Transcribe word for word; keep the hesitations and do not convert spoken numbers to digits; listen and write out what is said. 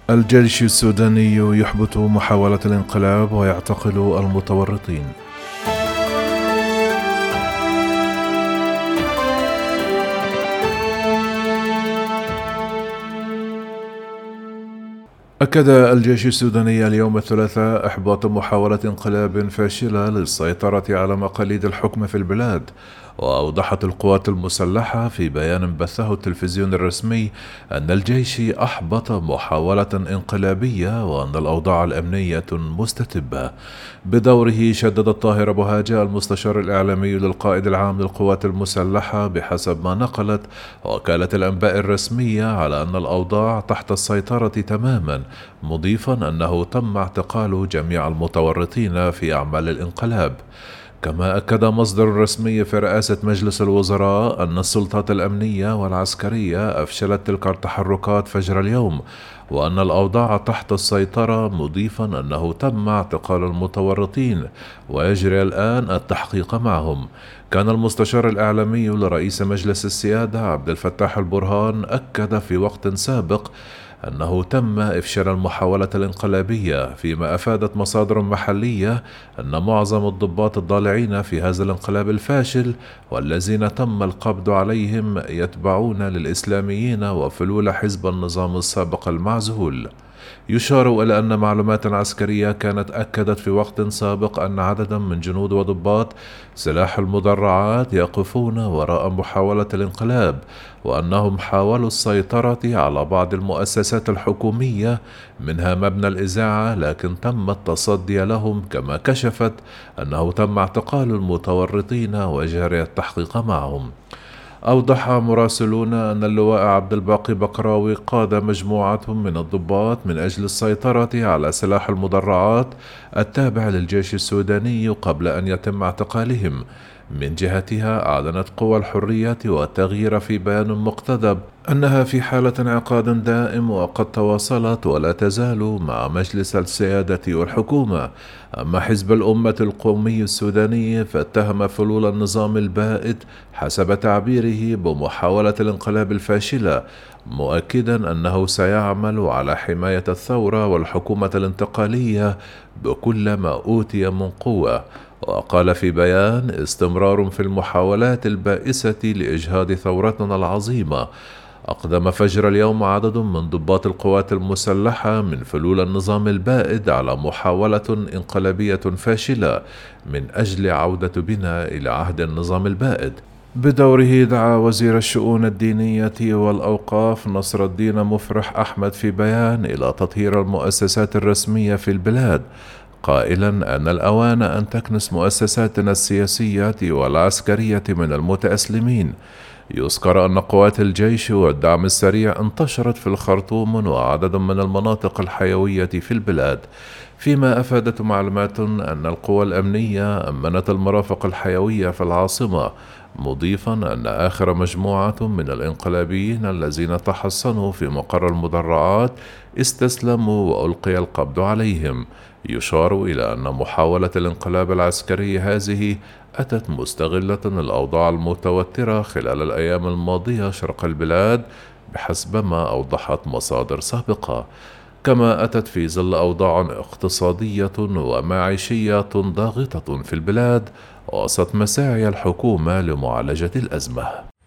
الجيش السوداني يحبط محاولة الانقلاب ويعتقل المتورطين. أكد الجيش السوداني اليوم الثلاثاء إحباط محاولة انقلاب فاشلة للسيطرة على مقاليد الحكم في البلاد. وأوضحت القوات المسلحة في بيان بثه التلفزيون الرسمي أن الجيش أحبط محاولة انقلابية وأن الأوضاع الأمنية مستتبة. بدوره شدد الطاهر بهاجة المستشار الإعلامي للقائد العام للقوات المسلحة بحسب ما نقلت وكالة الأنباء الرسمية على أن الأوضاع تحت السيطرة تماما، مضيفا أنه تم اعتقال جميع المتورطين في أعمال الانقلاب. كما أكد مصدر رسمي في رئاسة مجلس الوزراء أن السلطات الأمنية والعسكرية أفشلت تلك التحركات فجر اليوم وأن الأوضاع تحت السيطرة، مضيفا أنه تم اعتقال المتورطين ويجري الآن التحقيق معهم. كان المستشار الإعلامي لرئيس مجلس السيادة عبد الفتاح البرهان أكد في وقت سابق أنه تم إفشال المحاولة الانقلابية، فيما أفادت مصادر محلية أن معظم الضباط الضالعين في هذا الانقلاب الفاشل والذين تم القبض عليهم يتبعون للإسلاميين وفلول حزب النظام السابق المعزول. يشار إلى أن معلومات عسكرية كانت أكدت في وقت سابق أن عددا من جنود وضباط سلاح المدرعات يقفون وراء محاولة الانقلاب، وأنهم حاولوا السيطرة على بعض المؤسسات الحكومية منها مبنى الإذاعة، لكن تم التصدي لهم. كما كشفت أنه تم اعتقال المتورطين وجري التحقيق معهم. أوضح مراسلون أن اللواء عبد الباقي بقراوي قاد مجموعة من الضباط من أجل السيطرة على سلاح المدرعات التابع للجيش السوداني قبل أن يتم اعتقالهم. من جهتها أعلنت قوى الحرية والتغيير في بيان مقتضب أنها في حالة انعقاد دائم وقد تواصلت ولا تزال مع مجلس السيادة والحكومة. أما حزب الأمة القومي السوداني فاتهم فلول النظام البائد حسب تعبيره بمحاولة الانقلاب الفاشلة، مؤكدا أنه سيعمل على حماية الثورة والحكومة الانتقالية بكل ما أوتي من قوة. وقال في بيان: استمرار في المحاولات البائسة لإجهاض ثورتنا العظيمة. أقدم فجر اليوم عدد من ضباط القوات المسلحة من فلول النظام البائد على محاولة انقلابية فاشلة من أجل عودة بنا إلى عهد النظام البائد. بدوره دعا وزير الشؤون الدينية والأوقاف نصر الدين مفرح أحمد في بيان إلى تطهير المؤسسات الرسمية في البلاد، قائلا أن الأوان أن تكنس مؤسساتنا السياسية والعسكرية من المتأسلمين. يذكر أن قوات الجيش والدعم السريع انتشرت في الخرطوم وعدد من المناطق الحيوية في البلاد، فيما أفادت معلومات أن القوى الأمنية أمنت المرافق الحيوية في العاصمة، مضيفا أن آخر مجموعة من الانقلابيين الذين تحصنوا في مقر المدرعات استسلموا وألقي القبض عليهم. يشار إلى أن محاولة الانقلاب العسكري هذه أتت مستغلة الأوضاع المتوترة خلال الأيام الماضية شرق البلاد بحسب ما أوضحت مصادر سابقة، كما أتت في ظل أوضاع اقتصادية ومعيشية ضاغطة في البلاد وسط مساعي الحكومة لمعالجة الأزمة.